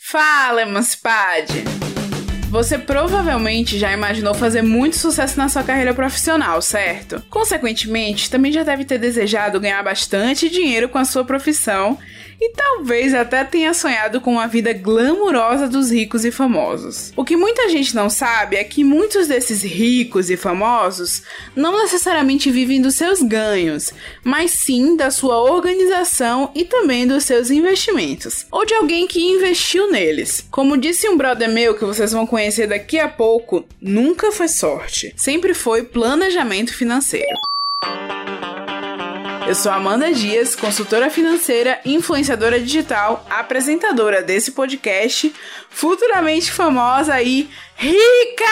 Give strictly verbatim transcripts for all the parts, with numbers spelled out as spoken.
Fala, Emancipade! Você provavelmente já imaginou fazer muito sucesso na sua carreira profissional, certo? Consequentemente, também já deve ter desejado ganhar bastante dinheiro com a sua profissão e talvez até tenha sonhado com uma vida glamurosa dos ricos e famosos. O que muita gente não sabe é que muitos desses ricos e famosos não necessariamente vivem dos seus ganhos, mas sim da sua organização e também dos seus investimentos, ou de alguém que investiu neles. Como disse um brother meu que vocês vão conhecer daqui a pouco, nunca foi sorte, sempre foi planejamento financeiro. Eu sou Amanda Dias, consultora financeira, influenciadora digital, apresentadora desse podcast, futuramente famosa e rica!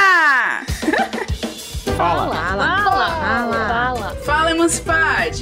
Fala! Fala! Fala! Fala, Fala Emancipade!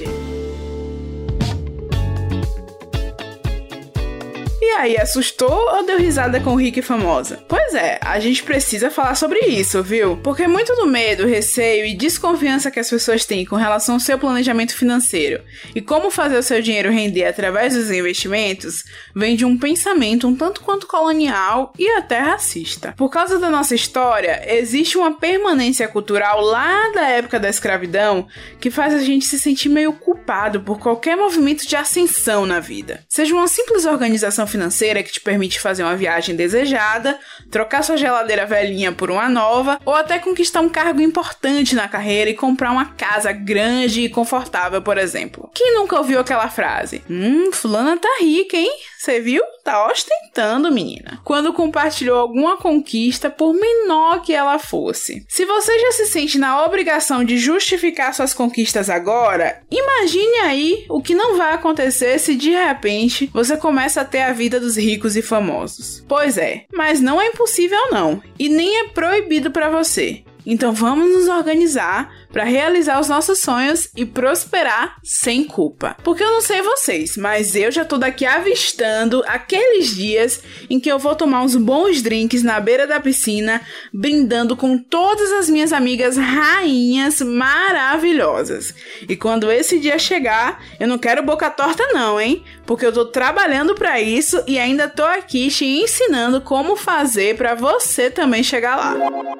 E aí, assustou ou deu risada com rica e famosa? Pois é, a gente precisa falar sobre isso, viu? Porque muito do medo, receio e desconfiança que as pessoas têm com relação ao seu planejamento financeiro e como fazer o seu dinheiro render através dos investimentos vem de um pensamento um tanto quanto colonial e até racista. Por causa da nossa história, existe uma permanência cultural lá da época da escravidão que faz a gente se sentir meio culpado por qualquer movimento de ascensão na vida. Seja uma simples organização financeira que te permite fazer uma viagem desejada, trocar sua geladeira velhinha por uma nova, ou até conquistar um cargo importante na carreira e comprar uma casa grande e confortável, por exemplo. Quem nunca ouviu aquela frase? Hum, fulana tá rica, hein? Você viu? Tá ostentando, menina. Quando compartilhou alguma conquista, por menor que ela fosse. Se você já se sente na obrigação de justificar suas conquistas agora, imagine aí o que não vai acontecer se de repente você começa a ter a vida dos ricos e famosos. Pois é, mas não é impossível não, e nem é proibido pra você. Então vamos nos organizar para realizar os nossos sonhos e prosperar sem culpa. Porque eu não sei vocês, mas eu já tô daqui avistando aqueles dias em que eu vou tomar uns bons drinks na beira da piscina, brindando com todas as minhas amigas rainhas maravilhosas. E quando esse dia chegar, eu não quero boca torta não, hein? Porque eu tô trabalhando para isso e ainda tô aqui te ensinando como fazer para você também chegar lá.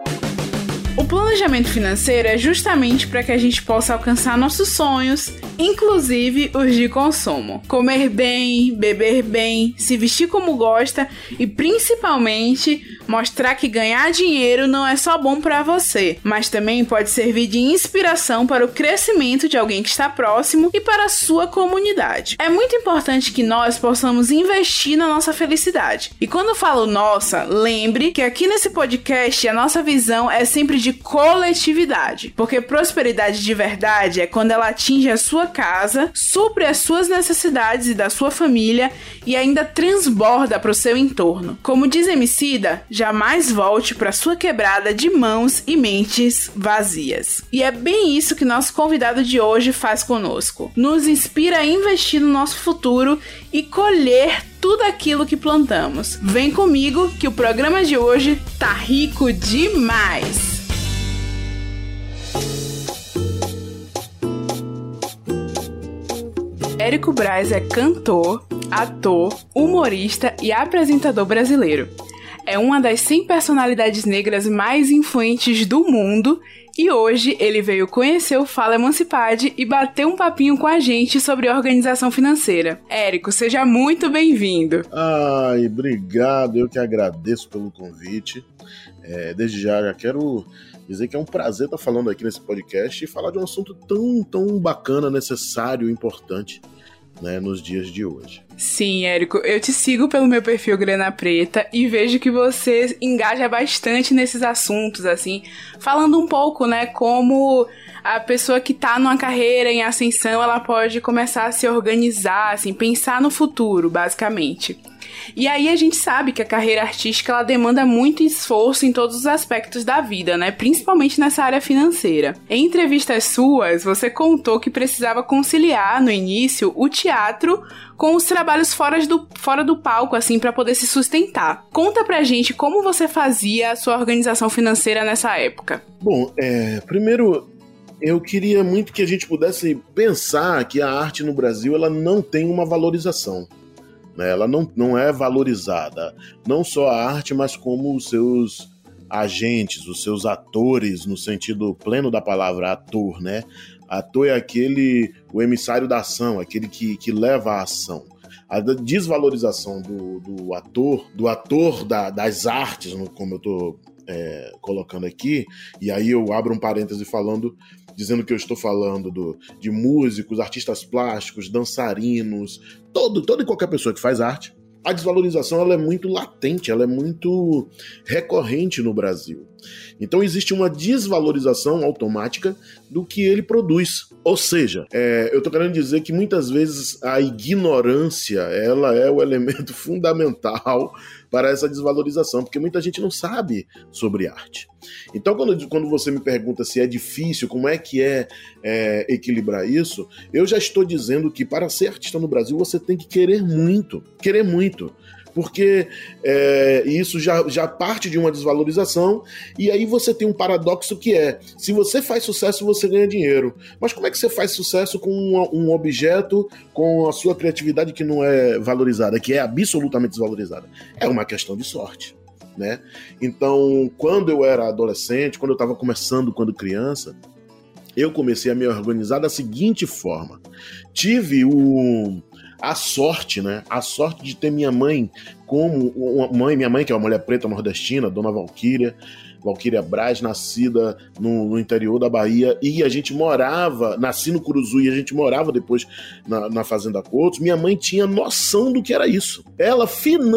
O planejamento financeiro é justamente para que a gente possa alcançar nossos sonhos, inclusive os de consumo. Comer bem, beber bem, se vestir como gosta e principalmente mostrar que ganhar dinheiro não é só bom para você, mas também pode servir de inspiração para o crescimento de alguém que está próximo e para a sua comunidade. É muito importante que nós possamos investir na nossa felicidade. E quando eu falo nossa, lembre que aqui nesse podcast a nossa visão é sempre de de coletividade, porque prosperidade de verdade é quando ela atinge a sua casa, supre as suas necessidades e da sua família e ainda transborda para o seu entorno. Como diz Emicida, jamais volte para sua quebrada de mãos e mentes vazias. E é bem isso que nosso convidado de hoje faz conosco. Nos inspira a investir no nosso futuro e colher tudo aquilo que plantamos. Vem comigo que o programa de hoje tá rico demais! Érico Braz é cantor, ator, humorista e apresentador brasileiro. É uma das cem personalidades negras mais influentes do mundo e hoje ele veio conhecer o Fala Emancipade e bater um papinho com a gente sobre organização financeira. Érico, seja muito bem-vindo. Ai, obrigado, eu que agradeço pelo convite. É, desde já, já quero dizer que é um prazer estar falando aqui nesse podcast e falar de um assunto tão, tão bacana, necessário e importante, né, nos dias de hoje. Sim, Érico, eu te sigo pelo meu perfil Grana Preta e vejo que você engaja bastante nesses assuntos, assim, falando um pouco, né, como a pessoa que tá numa carreira em ascensão, ela pode começar a se organizar, assim, pensar no futuro, basicamente. E aí a gente sabe que a carreira artística ela demanda muito esforço em todos os aspectos da vida, né? Principalmente nessa área financeira. Em entrevistas suas, você contou que precisava conciliar no início o teatro com os trabalhos fora do, fora do palco, assim, para poder se sustentar. Conta pra gente como você fazia a sua organização financeira nessa época. Bom, é, primeiro eu queria muito que a gente pudesse pensar que a arte no Brasil ela não tem uma valorização. né? Ela não, não é valorizada. Não só a arte, mas como os seus agentes, os seus atores, no sentido pleno da palavra ator, né? Ator é aquele, o emissário da ação, aquele que, que leva a ação. A desvalorização do, do ator, do ator da, das artes, como eu estou é, colocando aqui, e aí eu abro um parêntese falando, dizendo que eu estou falando do, de músicos, artistas plásticos, dançarinos, todo, toda e qualquer pessoa que faz arte. A desvalorização ela é muito latente, ela é muito recorrente no Brasil. Então existe uma desvalorização automática do que ele produz. Ou seja, é, eu estou querendo dizer que muitas vezes a ignorância ela é o elemento fundamental para essa desvalorização, porque muita gente não sabe sobre arte. Então, quando, quando você me pergunta se é difícil, como é que é, é equilibrar isso, eu já estou dizendo que para ser artista no Brasil você tem que querer muito, querer muito. Porque é, isso já, já parte de uma desvalorização, e aí você tem um paradoxo que é, se você faz sucesso, você ganha dinheiro. Mas como é que você faz sucesso com um, um objeto, com a sua criatividade que não é valorizada, que é absolutamente desvalorizada? É uma questão de sorte, né? Então, quando eu era adolescente, quando eu estava começando, quando criança, eu comecei a me organizar da seguinte forma. Tive o... a sorte, né? A sorte de ter minha mãe como uma mãe, minha mãe que é uma mulher preta nordestina, Dona Valquíria, Valquíria Braz, nascida no, no interior da Bahia, e a gente morava, nasci no Curuzu e a gente morava depois na, na Fazenda Coutos. Minha mãe tinha noção do que era isso. Ela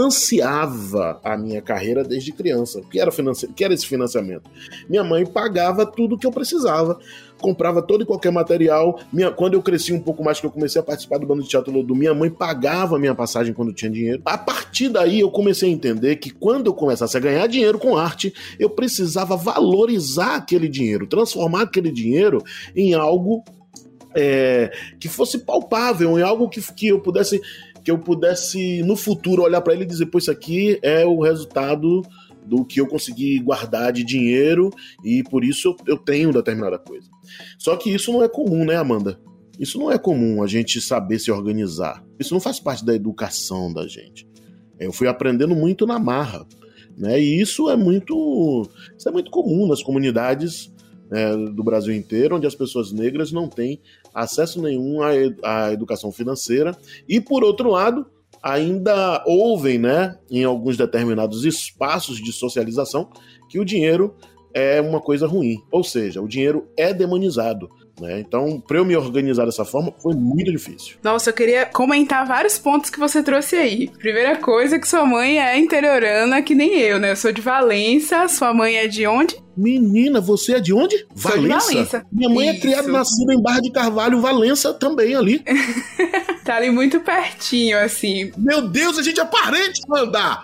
financiava a minha carreira desde criança. O que era, financi... o que era esse financiamento? Minha mãe pagava tudo que eu precisava, comprava todo e qualquer material. Minha, quando eu cresci um pouco mais, que eu comecei a participar do Bando de Teatro Lodum, minha mãe pagava a minha passagem quando eu tinha dinheiro. A partir daí eu comecei a entender que quando eu começasse a ganhar dinheiro com arte, eu precisava valorizar aquele dinheiro, transformar aquele dinheiro em algo é, que fosse palpável, em algo que, que eu pudesse, que eu pudesse no futuro olhar para ele e dizer, pô, isso aqui é o resultado do que eu consegui guardar de dinheiro e por isso eu, eu tenho determinada coisa. Só que isso não é comum, né, Amanda? Isso não é comum, a gente saber se organizar. Isso não faz parte da educação da gente. Eu fui aprendendo muito na marra, né? E isso é muito, isso é muito comum nas comunidades é, do Brasil inteiro, onde as pessoas negras não têm acesso nenhum à, ed- à educação financeira. E, por outro lado, ainda ouvem, né, em alguns determinados espaços de socialização, que o dinheiro é uma coisa ruim. Ou seja, o dinheiro é demonizado, né? Então, para eu me organizar dessa forma, foi muito difícil. Nossa, eu queria comentar vários pontos que você trouxe aí. Primeira coisa, que sua mãe é interiorana, que nem eu, né? Eu sou de Valença, sua mãe é de onde? Menina, você é de onde? Sou de Valença. Minha mãe Isso. é criada, nascida em Barra de Carvalho, Valença também ali. Tá ali muito pertinho, assim. Meu Deus, a gente é parente, mandar!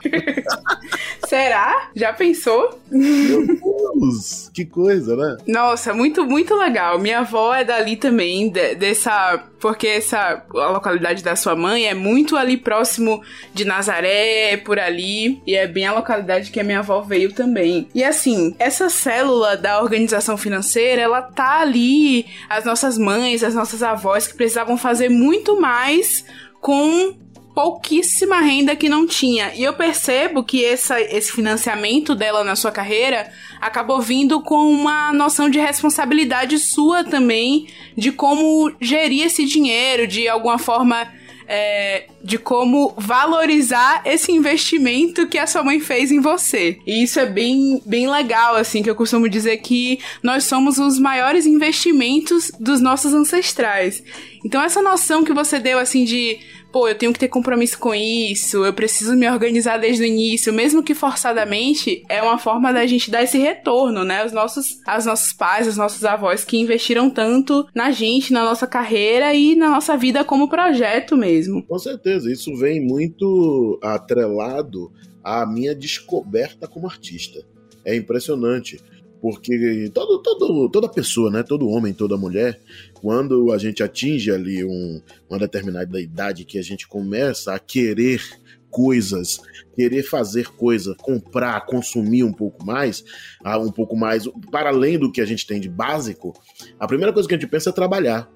Será? Já pensou? Meu Deus, que coisa, né? Nossa, muito, muito legal. Minha avó é dali também, de, dessa... Porque essa, a localidade da sua mãe é muito ali próximo de Nazaré, por ali. E é bem a localidade que a minha avó veio também. E assim, essa célula da organização financeira, ela tá ali, as nossas mães, as nossas avós, que precisavam fazer muito mais com pouquíssima renda que não tinha. E eu percebo que essa, esse financiamento dela na sua carreira acabou vindo com uma noção de responsabilidade sua também, de como gerir esse dinheiro, de alguma forma... É, de como valorizar esse investimento que a sua mãe fez em você. E isso é bem, bem legal, assim, que eu costumo dizer que nós somos os maiores investimentos dos nossos ancestrais. Então essa noção que você deu, assim, de pô, eu tenho que ter compromisso com isso, eu preciso me organizar desde o início, mesmo que forçadamente, é uma forma da gente dar esse retorno, né? Os nossos, os nossos pais, os nossos avós que investiram tanto na gente, na nossa carreira e na nossa vida como projeto mesmo. Com certeza, isso vem muito atrelado à minha descoberta como artista. É impressionante. Porque todo, todo, toda pessoa, né, todo homem, toda mulher, quando a gente atinge ali um, uma determinada idade que a gente começa a querer coisas, querer fazer coisas, comprar, consumir um pouco mais, um pouco mais, para além do que a gente tem de básico, a primeira coisa que a gente pensa é trabalhar.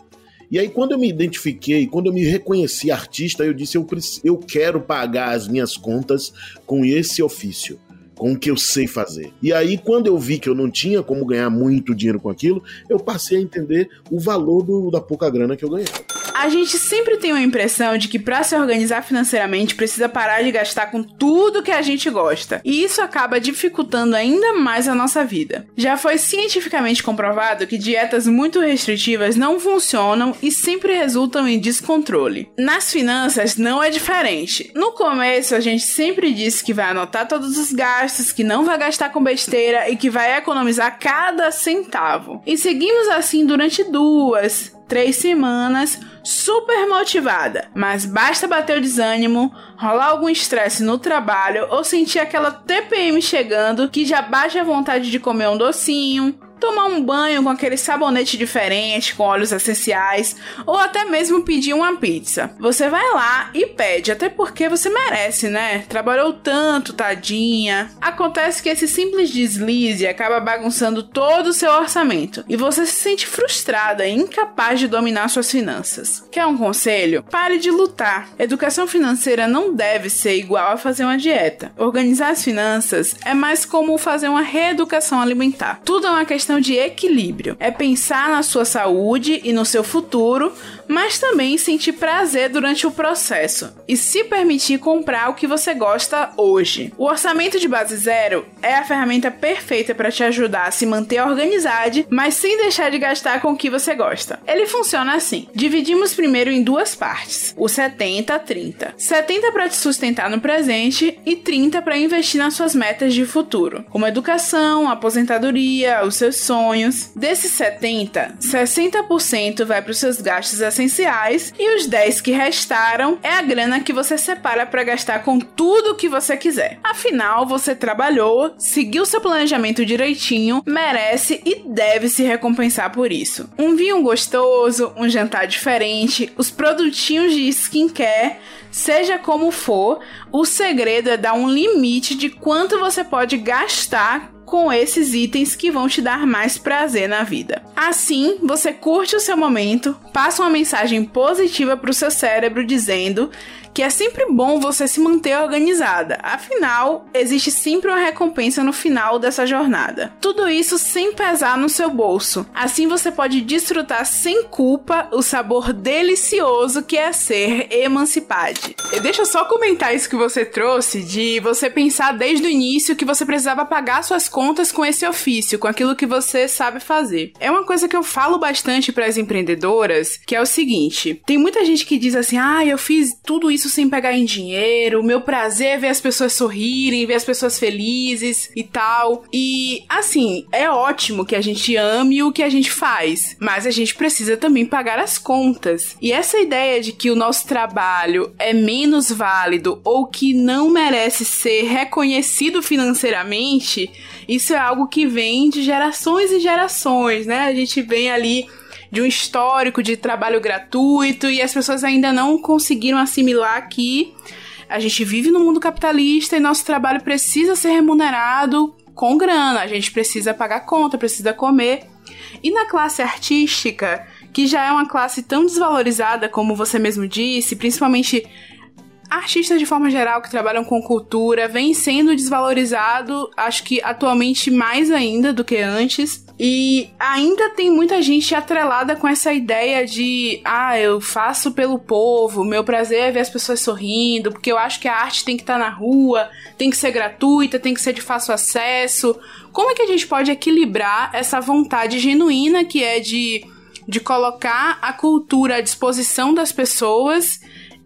E aí, quando eu me identifiquei, quando eu me reconheci artista, eu disse, eu, eu quero pagar as minhas contas com esse ofício, com o que eu sei fazer. E aí, quando eu vi que eu não tinha como ganhar muito dinheiro com aquilo, eu passei a entender o valor do, da pouca grana que eu ganhava. A gente sempre tem uma impressão de que para se organizar financeiramente precisa parar de gastar com tudo que a gente gosta. E isso acaba dificultando ainda mais a nossa vida. Já foi cientificamente comprovado que dietas muito restritivas não funcionam e sempre resultam em descontrole. Nas finanças não é diferente. No começo a gente sempre disse que vai anotar todos os gastos, que não vai gastar com besteira e que vai economizar cada centavo. E seguimos assim durante duas, três semanas, super motivada, mas basta bater o desânimo, rolar algum estresse no trabalho ou sentir aquela T P M chegando que já baixa a vontade de comer um docinho, tomar um banho com aquele sabonete diferente, com óleos essenciais, ou até mesmo pedir uma pizza. Você vai lá e pede, até porque você merece, né? Trabalhou tanto, tadinha. Acontece que esse simples deslize acaba bagunçando todo o seu orçamento, e você se sente frustrada e incapaz de dominar suas finanças. Quer um conselho? Pare de lutar. Educação financeira não deve ser igual a fazer uma dieta. Organizar as finanças é mais como fazer uma reeducação alimentar. Tudo é uma questão de equilíbrio. É pensar na sua saúde e no seu futuro, mas também sentir prazer durante o processo e se permitir comprar o que você gosta hoje. O orçamento de base zero é a ferramenta perfeita para te ajudar a se manter organizado, mas sem deixar de gastar com o que você gosta. Ele funciona assim. Dividimos primeiro em duas partes, o setenta a trinta. setenta para te sustentar no presente e trinta para investir nas suas metas de futuro, como educação, aposentadoria, os seus sonhos. Desses setenta, sessenta por cento vai para os seus gastos essenciais e os dez que restaram é a grana que você separa para gastar com tudo o que você quiser. Afinal, você trabalhou, seguiu seu planejamento direitinho, merece e deve se recompensar por isso. Um vinho gostoso, um jantar diferente, os produtinhos de skincare, seja como for, o segredo é dar um limite de quanto você pode gastar com esses itens que vão te dar mais prazer na vida. Assim, você curte o seu momento, passa uma mensagem positiva para o seu cérebro dizendo que é sempre bom você se manter organizada. Afinal, existe sempre uma recompensa no final dessa jornada. Tudo isso sem pesar no seu bolso. Assim você pode desfrutar sem culpa o sabor delicioso que é ser emancipado. E deixa eu só comentar isso que você trouxe, de você pensar desde o início que você precisava pagar suas contas com esse ofício, com aquilo que você sabe fazer. É uma coisa que eu falo bastante para as empreendedoras, que é o seguinte: tem muita gente que diz assim, ah, eu fiz tudo isso sem pegar em dinheiro, o meu prazer é ver as pessoas sorrirem, ver as pessoas felizes e tal. E, assim, é ótimo que a gente ame o que a gente faz, mas a gente precisa também pagar as contas. E essa ideia de que o nosso trabalho é menos válido ou que não merece ser reconhecido financeiramente, isso é algo que vem de gerações e gerações, né? A gente vem ali de um histórico de trabalho gratuito e as pessoas ainda não conseguiram assimilar que a gente vive no mundo capitalista e nosso trabalho precisa ser remunerado com grana, a gente precisa pagar conta, precisa comer. E na classe artística, que já é uma classe tão desvalorizada, como você mesmo disse, principalmente artistas de forma geral que trabalham com cultura, vem sendo desvalorizado, acho que atualmente mais ainda do que antes. E ainda tem muita gente atrelada com essa ideia de, ah, eu faço pelo povo, meu prazer é ver as pessoas sorrindo, porque eu acho que a arte tem que estar na rua, tem que ser gratuita, tem que ser de fácil acesso. Como é que a gente pode equilibrar essa vontade genuína que é de, de colocar a cultura à disposição das pessoas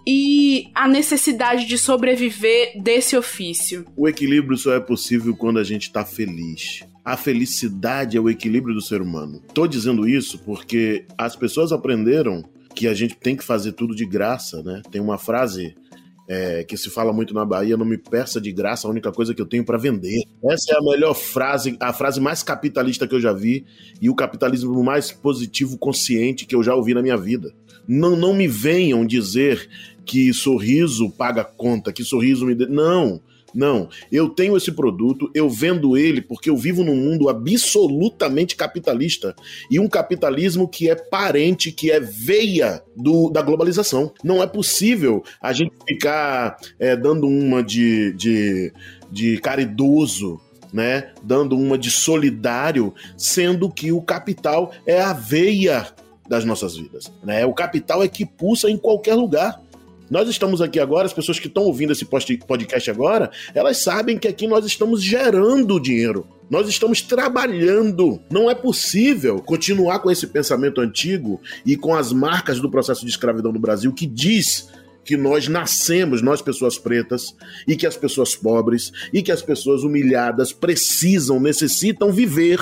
e a necessidade de sobreviver desse ofício? O equilíbrio só é possível quando a gente tá feliz. A felicidade é o equilíbrio do ser humano. Tô dizendo isso porque as pessoas aprenderam que a gente tem que fazer tudo de graça, né? Tem uma frase é, que se fala muito na Bahia: não me peça de graça a única coisa que eu tenho para vender. Essa é a melhor frase, a frase mais capitalista que eu já vi e o capitalismo mais positivo consciente que eu já ouvi na minha vida. Não, não me venham dizer que sorriso paga conta, que sorriso me... Dê... Não! Não, eu tenho esse produto, eu vendo ele porque eu vivo num mundo absolutamente capitalista e um capitalismo que é parente, que é veia do, da globalização. Não é possível a gente ficar é, dando uma de, de, de caridoso, né? Dando uma de solidário, sendo que o capital é a veia das nossas vidas, né? O capital é que pulsa em qualquer lugar. Nós estamos aqui agora, as pessoas que estão ouvindo esse podcast agora, elas sabem que aqui nós estamos gerando dinheiro. Nós estamos trabalhando. Não é possível continuar com esse pensamento antigo e com as marcas do processo de escravidão no Brasil que diz que nós nascemos, nós pessoas pretas, e que as pessoas pobres e que as pessoas humilhadas precisam, necessitam viver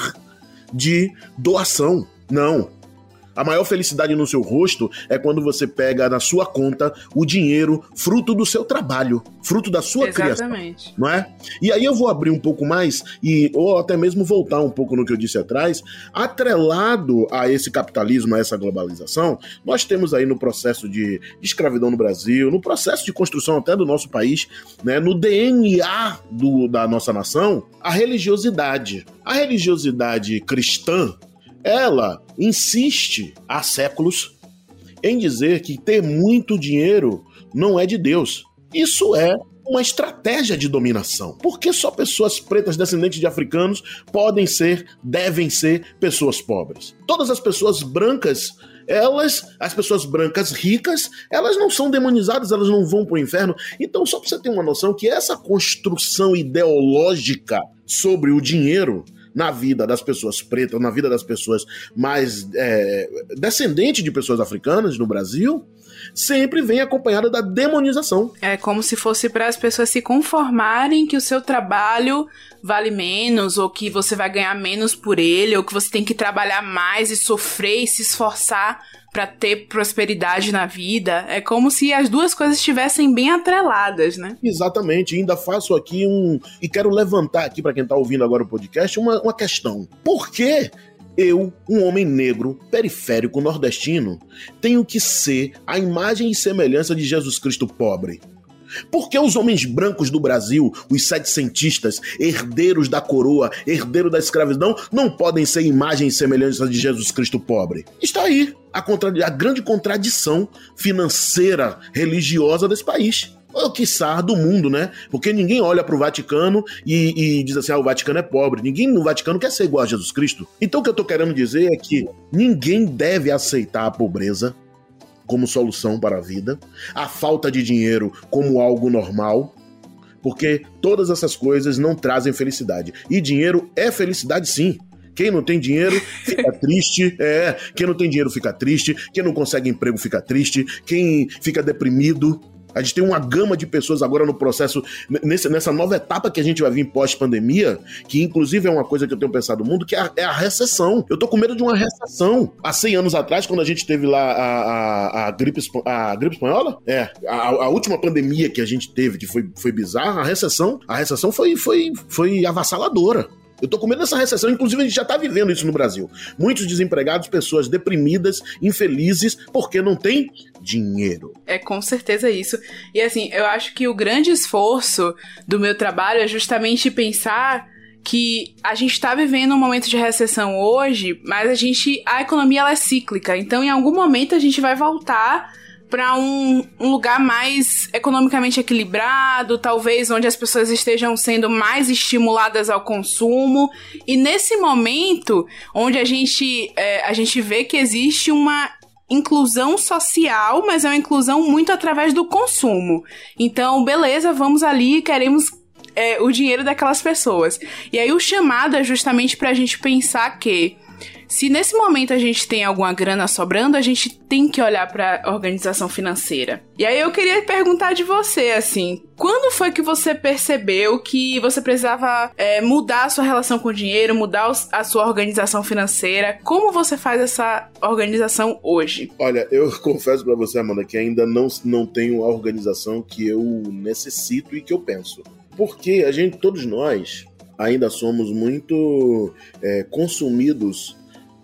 de doação. Não. A maior felicidade no seu rosto é quando você pega na sua conta o dinheiro fruto do seu trabalho, fruto da sua Exatamente. criação, não é? E aí eu vou abrir um pouco mais, e, ou até mesmo voltar um pouco no que eu disse atrás, atrelado a esse capitalismo, a essa globalização, nós temos aí no processo de, de escravidão no Brasil, no processo de construção até do nosso país, né, no D N A do, da nossa nação, a religiosidade. A religiosidade cristã, ela insiste há séculos em dizer que ter muito dinheiro não é de Deus. Isso é uma estratégia de dominação. Porque só pessoas pretas descendentes de africanos podem ser, devem ser pessoas pobres? Todas as pessoas brancas, elas, as pessoas brancas ricas, elas não são demonizadas, elas não vão para o inferno. Então, só para você ter uma noção que essa construção ideológica sobre o dinheiro na vida das pessoas pretas, na vida das pessoas mais é, descendentes de pessoas africanas no Brasil, sempre vem acompanhada da demonização. É como se fosse para as pessoas se conformarem que o seu trabalho vale menos, ou que você vai ganhar menos por ele, ou que você tem que trabalhar mais e sofrer e se esforçar para ter prosperidade na vida. É como se as duas coisas estivessem bem atreladas, né? Exatamente. Ainda faço aqui um... E quero levantar aqui, para quem tá ouvindo agora o podcast, uma, uma questão. Por que eu, um homem negro, periférico, nordestino, tenho que ser a imagem e semelhança de Jesus Cristo pobre? Por que os homens brancos do Brasil, os setecentistas, herdeiros da coroa, herdeiros da escravidão, não podem ser imagem e semelhança de Jesus Cristo pobre? Está aí a, contra... a grande contradição financeira, religiosa desse país. Ou, quiçá, do mundo, né? Porque ninguém olha pro Vaticano e, e diz assim, ah, o Vaticano é pobre. Ninguém no Vaticano quer ser igual a Jesus Cristo. Então o que eu tô querendo dizer é que ninguém deve aceitar a pobreza como solução para a vida, a falta de dinheiro como algo normal, porque todas essas coisas não trazem felicidade. E dinheiro é felicidade, sim. Quem não tem dinheiro fica triste, é, quem não tem dinheiro fica triste, quem não consegue emprego fica triste, quem fica deprimido. A gente tem uma gama de pessoas agora no processo, nesse, nessa nova etapa que a gente vai vir pós-pandemia, que inclusive é uma coisa que eu tenho pensado no mundo, que é a, é a recessão. Eu tô com medo de uma recessão. Há cem anos atrás, quando a gente teve lá a, a, a, gripe, a gripe espanhola, é, a, a última pandemia que a gente teve, que foi, foi bizarra, a recessão, a recessão foi, foi, foi avassaladora. Eu tô com medo dessa recessão, inclusive a gente já tá vivendo isso no Brasil. Muitos desempregados, pessoas deprimidas, infelizes, porque não tem dinheiro. É com certeza isso. E assim, eu acho que o grande esforço do meu trabalho é justamente pensar que a gente tá vivendo um momento de recessão hoje, mas a gente, a economia ela é cíclica, então em algum momento a gente vai voltar para um, um lugar mais economicamente equilibrado, talvez onde as pessoas estejam sendo mais estimuladas ao consumo. E nesse momento, onde a gente, é, a gente vê que existe uma inclusão social, mas é uma inclusão muito através do consumo. Então, beleza, vamos ali, queremos é, o dinheiro daquelas pessoas. E aí o chamado é justamente pra gente pensar que se nesse momento a gente tem alguma grana sobrando, a gente tem que olhar para a organização financeira. E aí eu queria perguntar de você, assim, quando foi que você percebeu que você precisava é, mudar a sua relação com o dinheiro, mudar a sua organização financeira? Como você faz essa organização hoje? Olha, eu confesso para você, Amanda, que ainda não, não tenho a organização que eu necessito e que eu penso. Porque a gente, todos nós, ainda somos muito é, consumidos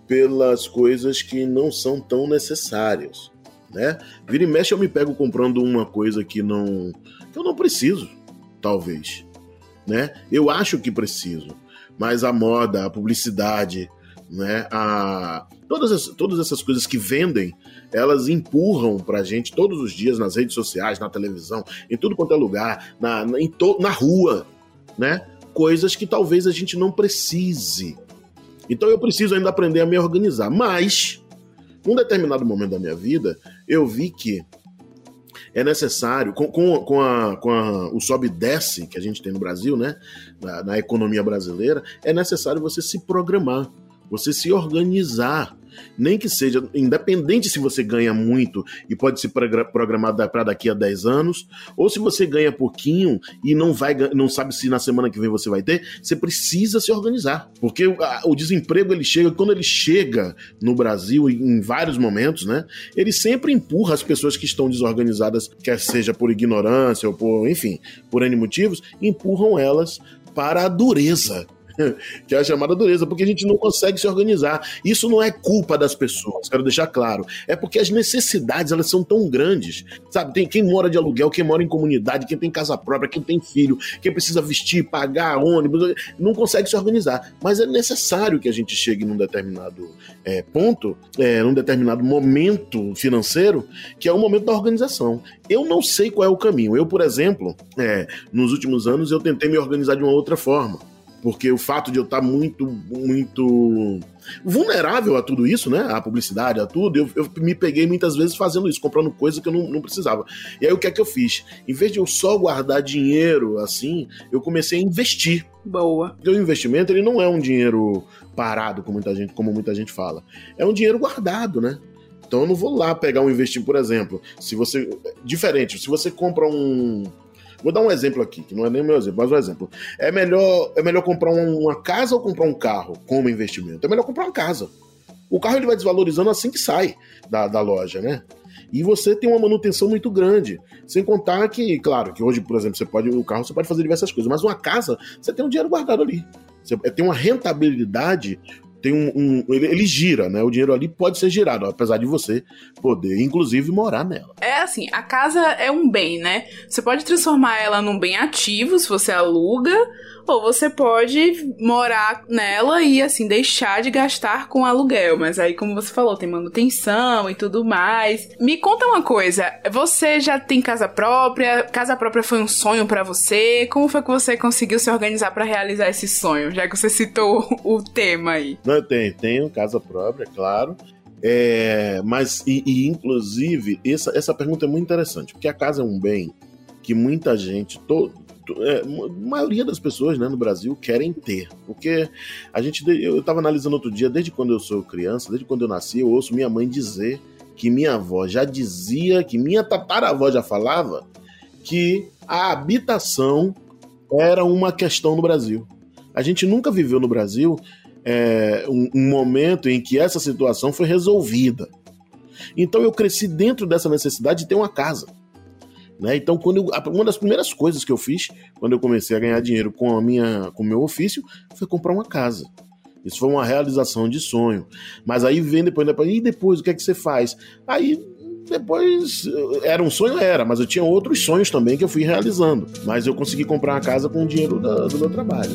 pelas coisas que não são tão necessárias, né? Vira e mexe eu me pego comprando uma coisa que não que eu não preciso, talvez, né? Eu acho que preciso, mas a moda, a publicidade, né? a... todas, as, todas essas coisas que vendem, elas empurram pra gente todos os dias nas redes sociais, na televisão, em tudo quanto é lugar, na, na, em to... na rua, né? Coisas que talvez a gente não precise. Então eu preciso ainda aprender a me organizar. Mas, num determinado momento da minha vida, eu vi que é necessário, com, com, com, a, com a, o sobe e desce que a gente tem no Brasil, né, na, na economia brasileira, é necessário você se programar, você se organizar. Nem que seja, independente se você ganha muito e pode se programar para daqui a dez anos, ou se você ganha pouquinho e não, vai, não sabe se na semana que vem você vai ter, você precisa se organizar. Porque o, a, o desemprego, ele chega, quando ele chega no Brasil, em vários momentos, né, ele sempre empurra as pessoas que estão desorganizadas, quer seja por ignorância ou por, enfim, por N motivos, empurram elas para a dureza. Que é a chamada dureza, porque a gente não consegue se organizar. Isso não é culpa das pessoas, quero deixar claro. É porque as necessidades, elas são tão grandes, sabe? Tem quem mora de aluguel, quem mora em comunidade, quem tem casa própria, quem tem filho, quem precisa vestir, pagar ônibus, não consegue se organizar. Mas é necessário que a gente chegue num determinado é, ponto, é, num determinado momento financeiro, que é o momento da organização. Eu não sei qual é o caminho. Eu, por exemplo, é, nos últimos anos, eu tentei me organizar de uma outra forma. Porque o fato de eu estar muito, muito vulnerável a tudo isso, né? A publicidade, a tudo, eu, eu me peguei muitas vezes fazendo isso, comprando coisa que eu não, não precisava. E aí o que é que eu fiz? Em vez de eu só guardar dinheiro assim, eu comecei a investir. Boa. Porque o investimento, ele não é um dinheiro parado, como muita gente, como muita gente fala. É um dinheiro guardado, né? Então eu não vou lá pegar um investimento, por exemplo, se você... Diferente, se você compra um... Vou dar um exemplo aqui, que não é nem meu exemplo, mas um exemplo. É melhor, é melhor comprar uma casa ou comprar um carro como investimento? É melhor comprar uma casa. O carro ele vai desvalorizando assim que sai da, da loja, né? E você tem uma manutenção muito grande. Sem contar que, claro, que hoje, por exemplo, você pode, o carro você pode fazer diversas coisas, mas uma casa, você tem um dinheiro guardado ali. Você tem uma rentabilidade... Tem um, um, ele, ele gira, né? O dinheiro ali pode ser girado, apesar de você poder, inclusive, morar nela. É assim, a casa é um bem, né? Você pode transformar ela num bem ativo, se você aluga, ou você pode morar nela e, assim, deixar de gastar com aluguel. Mas aí, como você falou, tem manutenção e tudo mais. Me conta uma coisa, você já tem casa própria? Casa própria foi um sonho pra você? Como foi que você conseguiu se organizar pra realizar esse sonho? Já que você citou o tema aí. Não, eu tenho, tenho casa própria, claro. É, mas, e, e inclusive, essa, essa pergunta é muito interessante, porque a casa é um bem que muita gente, todo, é, a maioria das pessoas, né, no Brasil querem ter. Porque a gente, eu estava analisando outro dia, desde quando eu sou criança, desde quando eu nasci, eu ouço minha mãe dizer que minha avó já dizia, que minha tataravó já falava, que a habitação era uma questão no Brasil. A gente nunca viveu no Brasil É, um, um momento em que essa situação foi resolvida. Então eu cresci dentro dessa necessidade de ter uma casa, né? Então quando eu, uma das primeiras coisas que eu fiz quando eu comecei a ganhar dinheiro com a minha, com o meu ofício foi comprar uma casa. Isso foi uma realização de sonho. Mas aí vem depois, depois e depois o que é que você faz? Aí depois, era um sonho, era, mas eu tinha outros sonhos também que eu fui realizando. Mas eu consegui comprar uma casa com o dinheiro da, do meu trabalho.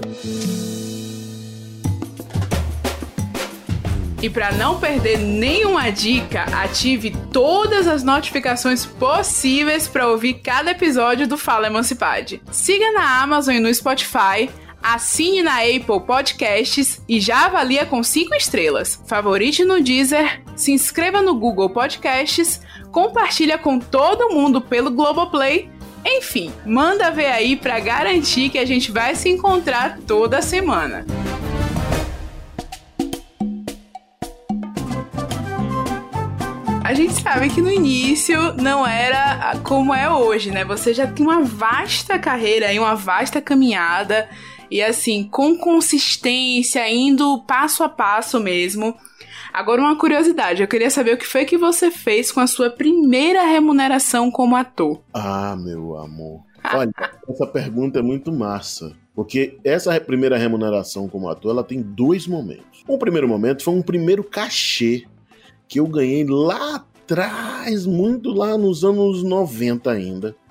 E para não perder nenhuma dica, ative todas as notificações possíveis para ouvir cada episódio do Fala Emancipade. Siga na Amazon e no Spotify, assine na Apple Podcasts e já avalia com cinco estrelas. Favorite no Deezer, se inscreva no Google Podcasts, compartilha com todo mundo pelo Globoplay. Enfim, manda ver aí para garantir que a gente vai se encontrar toda semana. A gente sabe que no início não era como é hoje, né? Você já tem uma vasta carreira e uma vasta caminhada e assim, com consistência, indo passo a passo mesmo. Agora uma curiosidade, eu queria saber o que foi que você fez com a sua primeira remuneração como ator. Ah, meu amor. Olha, essa pergunta é muito massa. Porque essa primeira remuneração como ator, ela tem dois momentos. O primeiro momento foi um primeiro cachê que eu ganhei lá atrás, muito lá nos anos noventa ainda,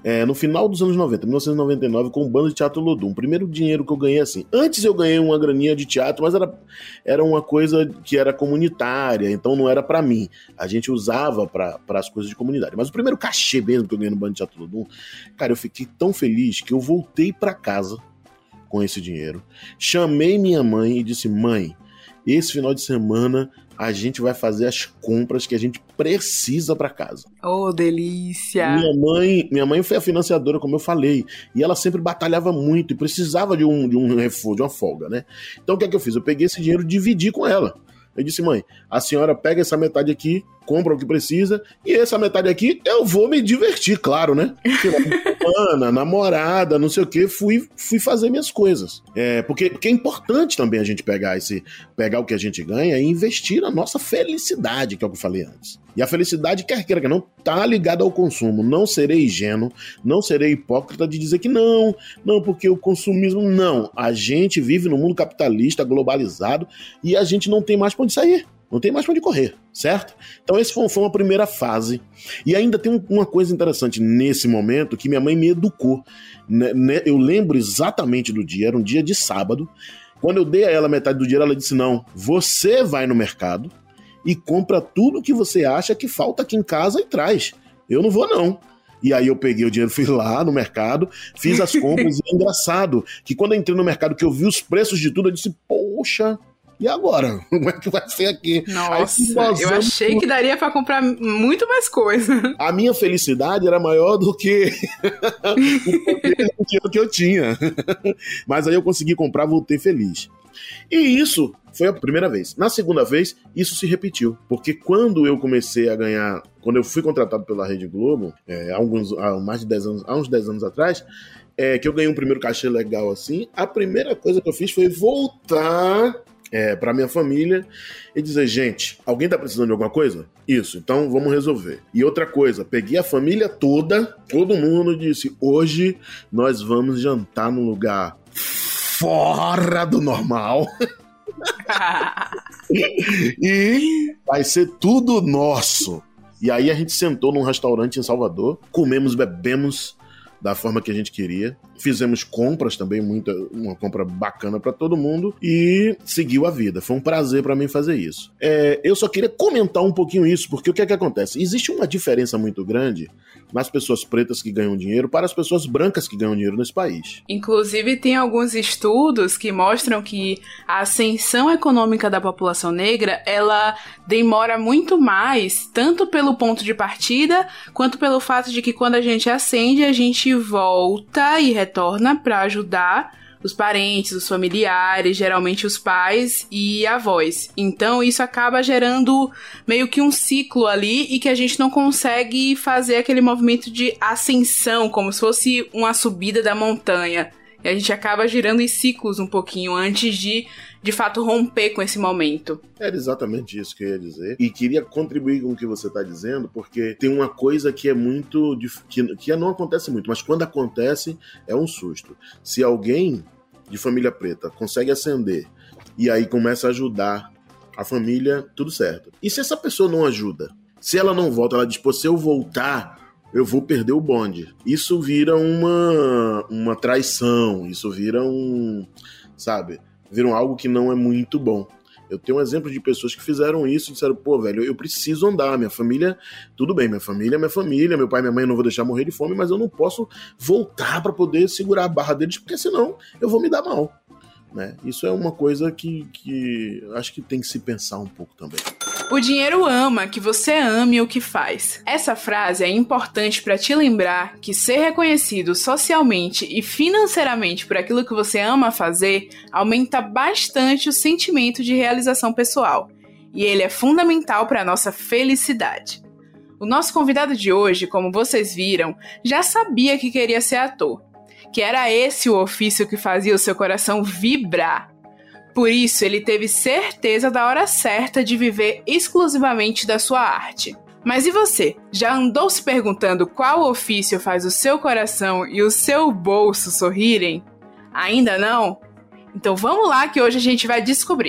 é, no final dos anos noventa, mil novecentos e noventa e nove, com o Bando de Teatro Olodum. O primeiro dinheiro que eu ganhei assim. Antes eu ganhei uma graninha de teatro, mas era, era uma coisa que era comunitária, então não era pra mim. A gente usava pra, pra as coisas de comunidade. Mas o primeiro cachê mesmo que eu ganhei no Bando de Teatro Olodum, cara, eu fiquei tão feliz que eu voltei pra casa com esse dinheiro. Chamei minha mãe e disse: mãe, esse final de semana a gente vai fazer as compras que a gente precisa para casa. Oh, delícia! Minha mãe, minha mãe foi a financiadora, como eu falei, e ela sempre batalhava muito e precisava de um, de um refúgio, de uma folga, né? Então o que é que eu fiz? Eu peguei esse dinheiro e dividi com ela. Eu disse: mãe, a senhora pega essa metade aqui, compra o que precisa, e essa metade aqui eu vou me divertir, claro, né? Ana, namorada, não sei o que, fui, fui fazer minhas coisas. É, porque, porque é importante também a gente pegar, esse, pegar o que a gente ganha e investir na nossa felicidade, que é o que eu falei antes. E a felicidade, quer queira que não, tá ligada ao consumo. Não serei ingênuo, não serei hipócrita de dizer que não, não, porque o consumismo, não. A gente vive num mundo capitalista, globalizado, e a gente não tem mais pra onde sair. Não tem mais pra onde correr, certo? Então essa foi, foi uma primeira fase. E ainda tem um, uma coisa interessante nesse momento que minha mãe me educou. Né, né, eu lembro exatamente do dia, era um dia de sábado. Quando eu dei a ela metade do dinheiro, ela disse: não, você vai no mercado e compra tudo que você acha que falta aqui em casa e traz. Eu não vou, não. E aí eu peguei o dinheiro, fui lá no mercado, fiz as compras. E é engraçado que quando eu entrei no mercado, que eu vi os preços de tudo, eu disse: poxa, e agora? Como é que vai ser aqui? Nossa, aí, eu achei que daria pra comprar muito mais coisa. A minha felicidade era maior do que o dinheiro que eu tinha. Mas aí eu consegui comprar, voltei feliz. E isso foi a primeira vez. Na segunda vez, isso se repetiu. Porque quando eu comecei a ganhar, quando eu fui contratado pela Rede Globo, é, há, alguns, há mais de dez anos, há uns dez anos atrás, é, que eu ganhei um primeiro cachê legal assim, a primeira coisa que eu fiz foi voltar É, pra minha família e dizer: gente, alguém tá precisando de alguma coisa? Isso, então vamos resolver. E outra coisa, peguei a família toda, todo mundo disse: hoje nós vamos jantar num lugar fora do normal. E vai ser tudo nosso. E aí a gente sentou num restaurante em Salvador, comemos, bebemos da forma que a gente queria. Fizemos compras também, muita, uma compra bacana pra todo mundo e seguiu a vida. Foi um prazer pra mim fazer isso. É, eu só queria comentar um pouquinho isso, porque o que é que acontece? Existe uma diferença muito grande nas pessoas pretas que ganham dinheiro para as pessoas brancas que ganham dinheiro nesse país. Inclusive, tem alguns estudos que mostram que a ascensão econômica da população negra, ela demora muito mais, tanto pelo ponto de partida, quanto pelo fato de que quando a gente ascende, a gente volta e retorna para ajudar os parentes, os familiares, geralmente os pais e avós. Então isso acaba gerando meio que um ciclo ali e que a gente não consegue fazer aquele movimento de ascensão, como se fosse uma subida da montanha. E a gente acaba girando em ciclos um pouquinho antes de, de fato, romper com esse momento. Era exatamente isso que eu ia dizer. E queria contribuir com o que você está dizendo, porque tem uma coisa que é muito... Que, que não acontece muito, mas quando acontece, é um susto. Se alguém de família preta consegue ascender e aí começa a ajudar a família, tudo certo. E se essa pessoa não ajuda? Se ela não volta, ela diz: pô, se eu voltar, eu vou perder o bonde. Isso vira uma, uma traição, isso vira um, sabe, vira um algo que não é muito bom. Eu tenho um exemplo de pessoas que fizeram isso e disseram: pô, velho, eu preciso andar, minha família, tudo bem, minha família é minha família, meu pai e minha mãe eu não vou deixar morrer de fome, mas eu não posso voltar para poder segurar a barra deles, porque senão eu vou me dar mal. Né? Isso é uma coisa que, que acho que tem que se pensar um pouco também. O dinheiro ama que você ame o que faz. Essa frase é importante para te lembrar que ser reconhecido socialmente e financeiramente por aquilo que você ama fazer aumenta bastante o sentimento de realização pessoal. E ele é fundamental para a nossa felicidade. O nosso convidado de hoje, como vocês viram, já sabia que queria ser ator, que era esse o ofício que fazia o seu coração vibrar. Por isso, ele teve certeza da hora certa de viver exclusivamente da sua arte. Mas e você? Já andou se perguntando qual ofício faz o seu coração e o seu bolso sorrirem? Ainda não? Então vamos lá que hoje a gente vai descobrir.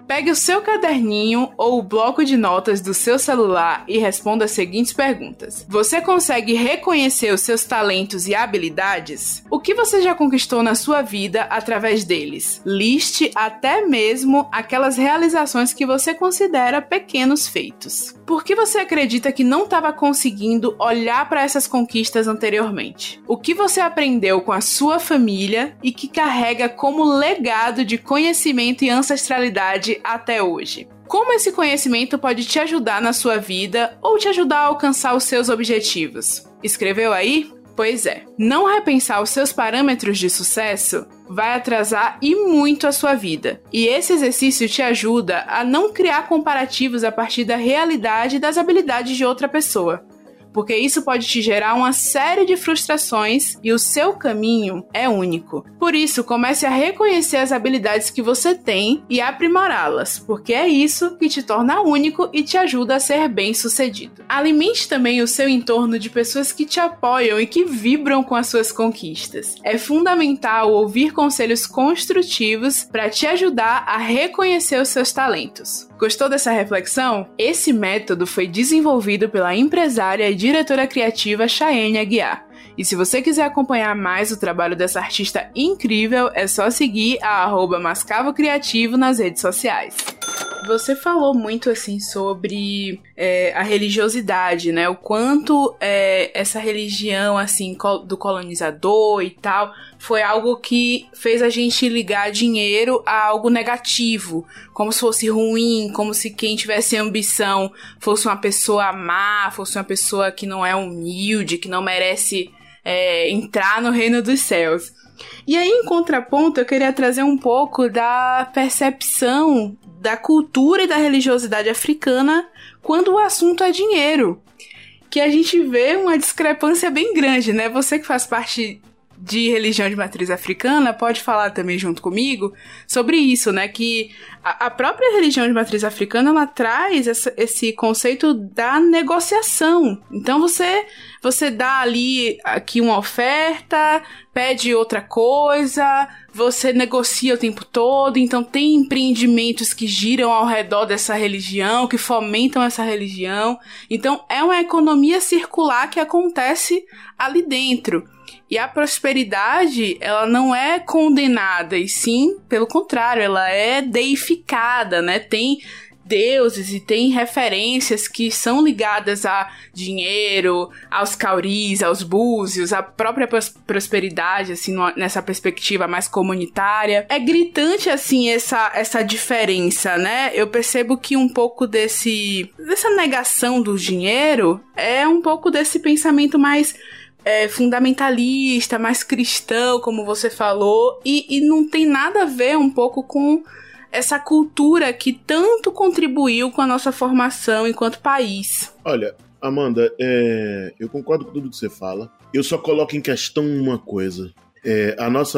Pegue o seu caderninho ou o bloco de notas do seu celular e responda as seguintes perguntas. Você consegue reconhecer os seus talentos e habilidades? O que você já conquistou na sua vida através deles? Liste até mesmo aquelas realizações que você considera pequenos feitos. Por que você acredita que não estava conseguindo olhar para essas conquistas anteriormente? O que você aprendeu com a sua família e que carrega como legado de conhecimento e ancestralidade até hoje? Como esse conhecimento pode te ajudar na sua vida ou te ajudar a alcançar os seus objetivos? Escreveu aí? Pois é, não repensar os seus parâmetros de sucesso vai atrasar e muito a sua vida. E esse exercício te ajuda a não criar comparativos a partir da realidade e das habilidades de outra pessoa. Porque isso pode te gerar uma série de frustrações e o seu caminho é único. Por isso, comece a reconhecer as habilidades que você tem e aprimorá-las, porque é isso que te torna único e te ajuda a ser bem-sucedido. Alimente também o seu entorno de pessoas que te apoiam e que vibram com as suas conquistas. É fundamental ouvir conselhos construtivos para te ajudar a reconhecer os seus talentos. Gostou dessa reflexão? Esse método foi desenvolvido pela empresária e diretora criativa Chayenne Aguiar. E se você quiser acompanhar mais o trabalho dessa artista incrível, é só seguir a arroba Mascavo Criativo nas redes sociais. Você falou muito, assim, sobre é, a religiosidade, né? O quanto é, essa religião, assim, do colonizador e tal, foi algo que fez a gente ligar dinheiro a algo negativo, como se fosse ruim, como se quem tivesse ambição fosse uma pessoa má, fosse uma pessoa que não é humilde, que não merece é, entrar no reino dos céus. E aí, em contraponto, eu queria trazer um pouco da percepção da cultura e da religiosidade africana quando o assunto é dinheiro, que a gente vê uma discrepância bem grande, né? Você que faz parte de religião de matriz africana pode falar também junto comigo sobre isso, né? Que a, a própria religião de matriz africana, ela traz essa, esse conceito da negociação. Então você, você dá ali aqui uma oferta, pede outra coisa, você negocia o tempo todo, então tem empreendimentos que giram ao redor dessa religião, que fomentam essa religião. Então é uma economia circular que acontece ali dentro. E a prosperidade, ela não é condenada, e sim, pelo contrário, ela é deificada, né? Tem deuses e tem referências que são ligadas a dinheiro, aos cauris, aos búzios, à própria prosperidade, assim, nessa perspectiva mais comunitária. É gritante, assim, essa, essa diferença, né? Eu percebo que um pouco desse, dessa negação do dinheiro é um pouco desse pensamento mais É, fundamentalista, mais cristão, como você falou, e, e não tem nada a ver um pouco com essa cultura que tanto contribuiu com a nossa formação enquanto país. Olha, Amanda, é, eu concordo com tudo que você fala. Eu só coloco em questão uma coisa. É, a nossa,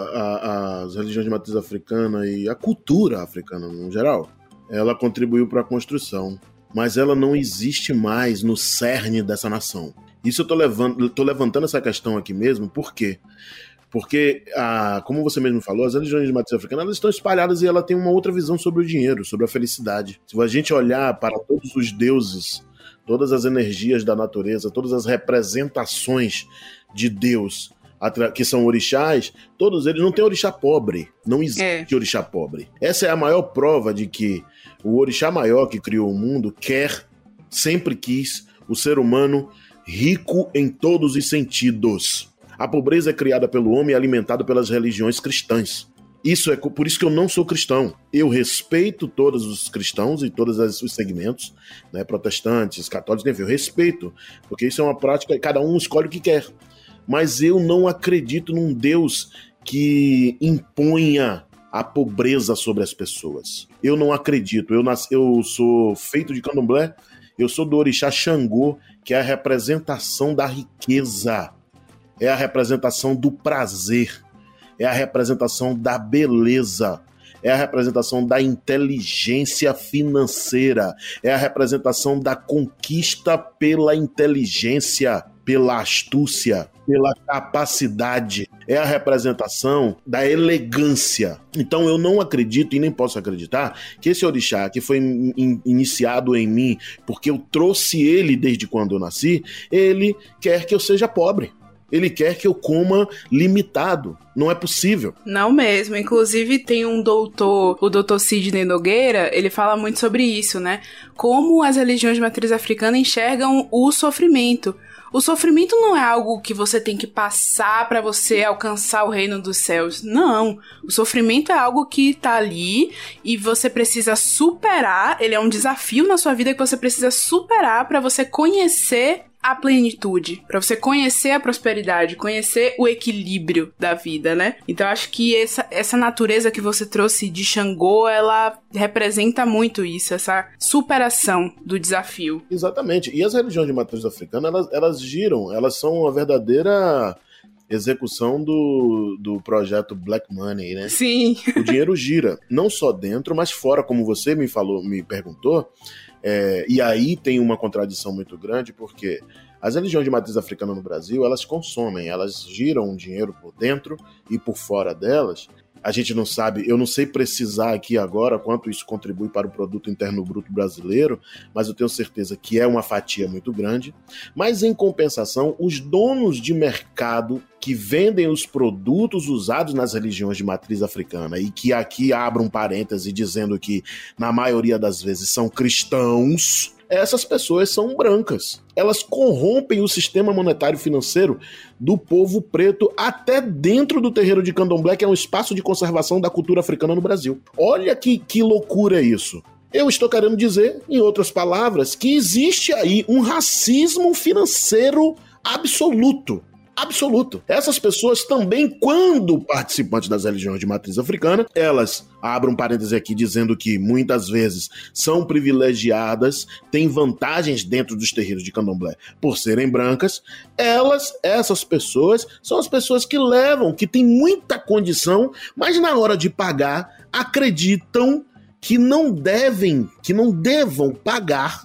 a, as religiões de matriz africana e a cultura africana, no geral, ela contribuiu para a construção, mas ela não existe mais no cerne dessa nação. Isso eu tô, levando, tô levantando essa questão aqui mesmo, por quê? Porque, ah, como você mesmo falou, as religiões de matriz africana, elas estão espalhadas e ela tem uma outra visão sobre o dinheiro, sobre a felicidade. Se a gente olhar para todos os deuses, todas as energias da natureza, todas as representações de Deus, que são orixás, todos eles não têm orixá pobre, não existe é. orixá pobre. Essa é a maior prova de que o orixá maior que criou o mundo quer, sempre quis, o ser humano rico em todos os sentidos. A pobreza é criada pelo homem e alimentada pelas religiões cristãs. Isso é por isso que eu não sou cristão. Eu respeito todos os cristãos e todos os segmentos, né, protestantes, católicos, enfim, eu respeito, porque isso é uma prática e cada um escolhe o que quer. Mas eu não acredito num Deus que imponha a pobreza sobre as pessoas. Eu não acredito. Eu, nasci, eu sou feito de candomblé, eu sou do orixá Xangô, que é a representação da riqueza, é a representação do prazer, é a representação da beleza, é a representação da inteligência financeira, é a representação da conquista pela inteligência, pela astúcia, pela capacidade, é a representação da elegância. Então eu não acredito e nem posso acreditar que esse orixá que foi in- in- iniciado em mim, porque eu trouxe ele desde quando eu nasci, ele quer que eu seja pobre. Ele quer que eu coma limitado. Não é possível. Não mesmo. Inclusive tem um doutor, o doutor Sidney Nogueira, ele fala muito sobre isso, né? Como as religiões de matriz africana enxergam o sofrimento. O sofrimento não é algo que você tem que passar para você alcançar o reino dos céus. Não. O sofrimento é algo que tá ali e você precisa superar. Ele é um desafio na sua vida que você precisa superar para você conhecer a plenitude, para você conhecer a prosperidade, conhecer o equilíbrio da vida, né? Então eu acho que essa, essa natureza que você trouxe de Xangô, ela representa muito isso, essa superação do desafio. Exatamente. E as religiões de matriz africana, elas, elas giram, elas são uma verdadeira execução do, do projeto Black Money, né? Sim. O dinheiro gira, não só dentro, mas fora, como você me falou, me perguntou. É, e aí tem uma contradição muito grande, porque as religiões de matriz africana no Brasil, elas consomem, elas giram dinheiro por dentro e por fora delas. A gente não sabe, eu não sei precisar aqui agora quanto isso contribui para o produto interno bruto brasileiro, mas eu tenho certeza que é uma fatia muito grande. Mas em compensação, os donos de mercado que vendem os produtos usados nas religiões de matriz africana, e que aqui abro um parêntese dizendo que na maioria das vezes são cristãos, essas pessoas são brancas. Elas corrompem o sistema monetário financeiro do povo preto até dentro do terreiro de Candomblé, que é um espaço de conservação da cultura africana no Brasil. Olha que, que loucura isso. Eu estou querendo dizer, em outras palavras, que existe aí um racismo financeiro absoluto. Absoluto. Essas pessoas também, quando participantes das religiões de matriz africana, elas, abro um parêntese aqui dizendo que muitas vezes são privilegiadas, têm vantagens dentro dos terreiros de Candomblé por serem brancas, elas, essas pessoas, são as pessoas que levam, que têm muita condição, mas na hora de pagar, acreditam que não devem, que não devam pagar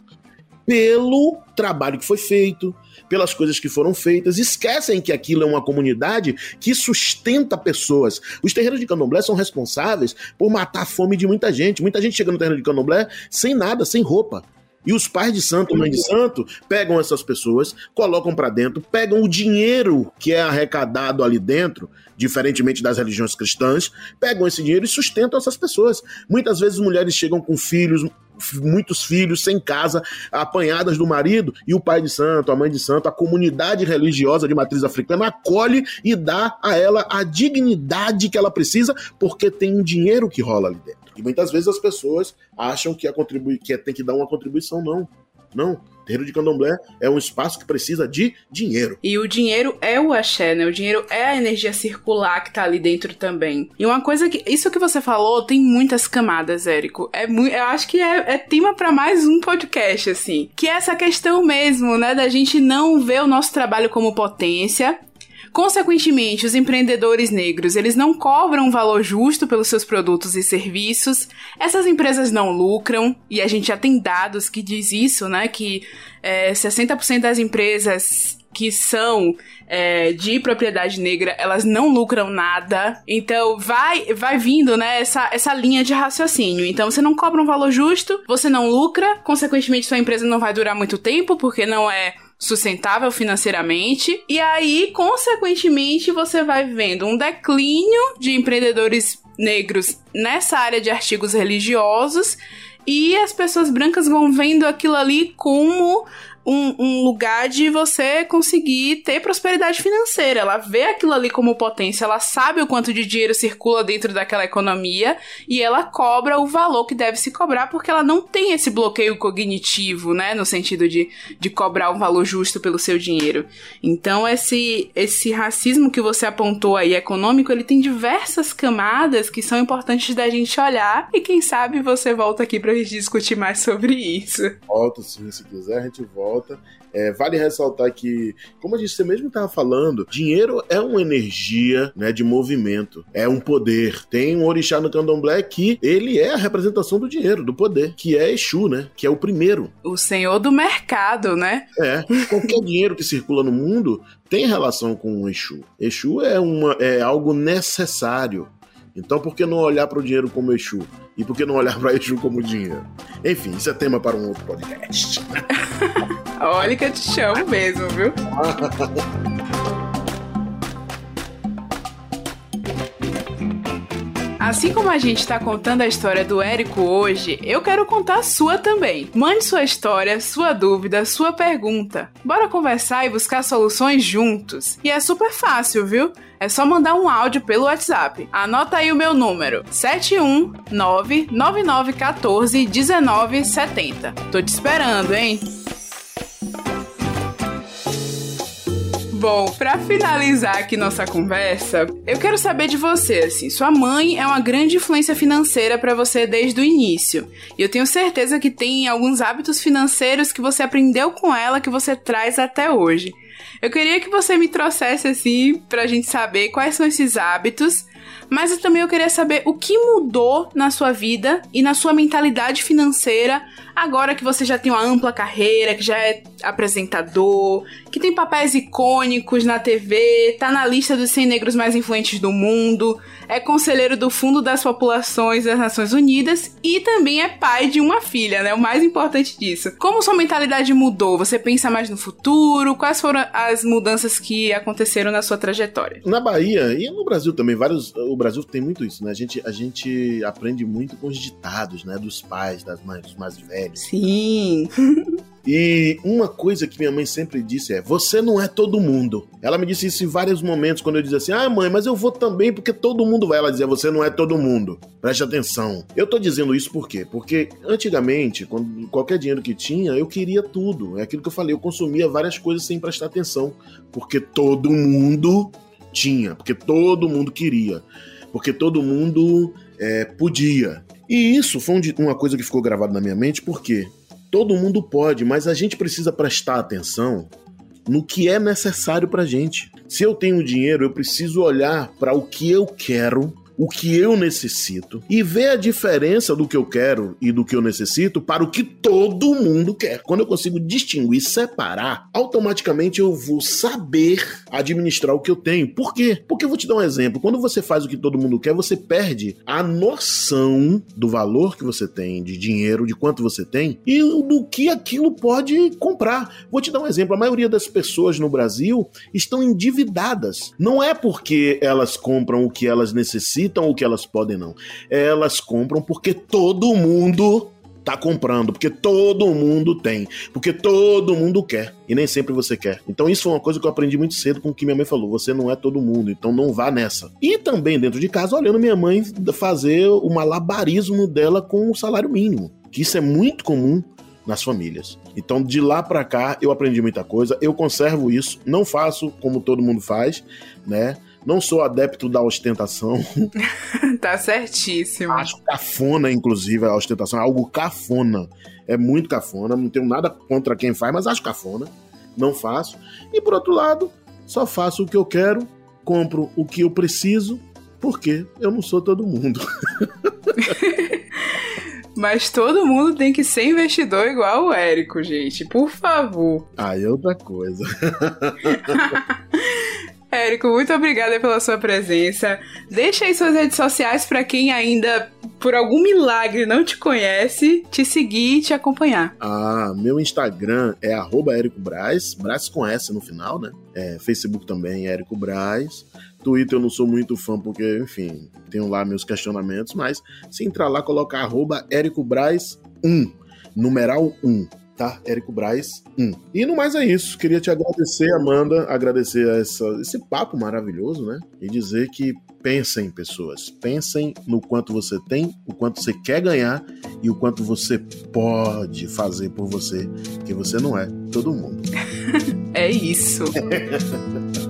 pelo trabalho que foi feito, pelas coisas que foram feitas, esquecem que aquilo é uma comunidade que sustenta pessoas. Os terreiros de Candomblé são responsáveis por matar a fome de muita gente. Muita gente chega no terreiro de Candomblé sem nada, sem roupa. E os pais de santo, mãe de santo, pegam essas pessoas, colocam pra dentro, pegam o dinheiro que é arrecadado ali dentro, diferentemente das religiões cristãs, pegam esse dinheiro e sustentam essas pessoas. Muitas vezes mulheres chegam com filhos, muitos filhos, sem casa, apanhadas do marido, e o pai de santo, a mãe de santo, a comunidade religiosa de matriz africana acolhe e dá a ela a dignidade que ela precisa, porque tem um dinheiro que rola ali dentro. E muitas vezes as pessoas acham que, a contribui- que tem que dar uma contribuição. Não, não. O terreiro de Candomblé é um espaço que precisa de dinheiro. E o dinheiro é o axé, né? O dinheiro é a energia circular que tá ali dentro também. E uma coisa que... Isso que você falou tem muitas camadas, Érico. É muito, eu acho que é, é tema pra mais um podcast, assim. Que é essa questão mesmo, né? Da gente não ver o nosso trabalho como potência. Consequentemente, os empreendedores negros, eles não cobram um valor justo pelos seus produtos e serviços, essas empresas não lucram, e a gente já tem dados que diz isso, né, que é, sessenta por cento das empresas que são é, de propriedade negra, elas não lucram nada. Então, vai, vai vindo, né, essa, essa linha de raciocínio. Então, você não cobra um valor justo, você não lucra, consequentemente, sua empresa não vai durar muito tempo, porque não é sustentável financeiramente, e aí, consequentemente, você vai vendo um declínio de empreendedores negros nessa área de artigos religiosos, e as pessoas brancas vão vendo aquilo ali como um, um lugar de você conseguir ter prosperidade financeira. Ela vê aquilo ali como potência, ela sabe o quanto de dinheiro circula dentro daquela economia e ela cobra o valor que deve se cobrar, porque ela não tem esse bloqueio cognitivo, né, no sentido de, de cobrar um valor justo pelo seu dinheiro. Então esse, esse racismo que você apontou aí, econômico, ele tem diversas camadas que são importantes da gente olhar, e quem sabe você volta aqui pra gente discutir mais sobre isso. Volto sim, se quiser a gente volta. volta. É, vale ressaltar que, como a gente você mesmo estava falando, dinheiro é uma energia, né, de movimento, é um poder. Tem um orixá no candomblé que ele é a representação do dinheiro, do poder, que é Exu, né, que é o primeiro. O senhor do mercado, né? É, qualquer dinheiro que circula no mundo tem relação com o Exu. Exu é, uma, é algo necessário. Então, por que não olhar para o dinheiro como Exu? E por que não olhar para Exu como dinheiro? Enfim, isso é tema para um outro podcast. Olha que eu te chamo mesmo, viu? Assim como a gente está contando a história do Érico hoje, eu quero contar a sua também. Mande sua história, sua dúvida, sua pergunta. Bora conversar e buscar soluções juntos. E é super fácil, viu? É só mandar um áudio pelo WhatsApp. Anota aí o meu número, sete um nove nove nove um quatro um nove sete zero. Tô te esperando, hein? Bom, pra finalizar aqui nossa conversa, eu quero saber de você, assim, sua mãe é uma grande influência financeira pra você desde o início, e eu tenho certeza que tem alguns hábitos financeiros que você aprendeu com ela que você traz até hoje. Eu queria que você me trouxesse, assim, pra gente saber quais são esses hábitos, mas eu também eu queria saber o que mudou na sua vida e na sua mentalidade financeira agora que você já tem uma ampla carreira, que já é apresentador, que tem papéis icônicos na T V, tá na lista dos cem negros mais influentes do mundo, é conselheiro do Fundo das Populações das Nações Unidas e também é pai de uma filha, né? O mais importante disso. Como sua mentalidade mudou? Você pensa mais no futuro? Quais foram as mudanças que aconteceram na sua trajetória? Na Bahia e no Brasil também, vários, o Brasil tem muito isso, né? A gente, a gente aprende muito com os ditados, né? Dos pais, das mães, dos mais velhos. Sim. E uma coisa que minha mãe sempre disse é: você não é todo mundo. Ela me disse isso em vários momentos, quando eu dizia assim: ah, mãe, mas eu vou também porque todo mundo vai. Ela dizia: você não é todo mundo. Preste atenção. Eu tô dizendo isso por quê? Porque antigamente, quando qualquer dinheiro que tinha, eu queria tudo. É aquilo que eu falei, eu consumia várias coisas sem prestar atenção. Porque todo mundo tinha, porque todo mundo queria, porque todo mundo é, podia. E isso foi uma coisa que ficou gravada na minha mente, porque todo mundo pode, mas a gente precisa prestar atenção no que é necessário pra gente. Se eu tenho dinheiro, eu preciso olhar para o que eu quero, o que eu necessito, e ver a diferença do que eu quero e do que eu necessito para o que todo mundo quer. Quando eu consigo distinguir, separar, automaticamente eu vou saber administrar o que eu tenho. Por quê? Porque eu vou te dar um exemplo. Quando você faz o que todo mundo quer, você perde a noção do valor que você tem, de dinheiro, de quanto você tem e do que aquilo pode comprar. Vou te dar um exemplo. A maioria das pessoas no Brasil estão endividadas. Não é porque elas compram o que elas necessitam o que elas podem, não. Elas compram porque todo mundo tá comprando, porque todo mundo tem, porque todo mundo quer, e nem sempre você quer. Então isso foi uma coisa que eu aprendi muito cedo com o que minha mãe falou: você não é todo mundo, então não vá nessa. E também dentro de casa, olhando minha mãe fazer o malabarismo dela com o salário mínimo, que isso é muito comum nas famílias. Então de lá pra cá eu aprendi muita coisa, eu conservo isso, não faço como todo mundo faz, né? Não sou adepto da ostentação. Tá certíssimo. Acho cafona, inclusive, a ostentação é algo cafona. É muito cafona. Não tenho nada contra quem faz, mas acho cafona. Não faço. E, por outro lado, só faço o que eu quero, compro o que eu preciso, porque eu não sou todo mundo. Mas todo mundo tem que ser investidor igual o Érico, gente. Por favor. Aí é outra coisa. Érico, muito obrigada pela sua presença. Deixa aí suas redes sociais para quem ainda, por algum milagre, não te conhece, te seguir e te acompanhar. Ah, meu Instagram é arroba Érico Braz, Braz com S no final, né? É, Facebook também, Érico Braz. Twitter eu não sou muito fã porque, enfim, tenho lá meus questionamentos, mas se entrar lá, coloca arroba Érico Braz um, numeral um. Tá? Érico Braz um. E no mais é isso. Queria te agradecer, Amanda, agradecer essa, esse papo maravilhoso, né? E dizer que pensem, pessoas, pensem no quanto você tem, o quanto você quer ganhar e o quanto você pode fazer por você, porque você não é todo mundo. É isso.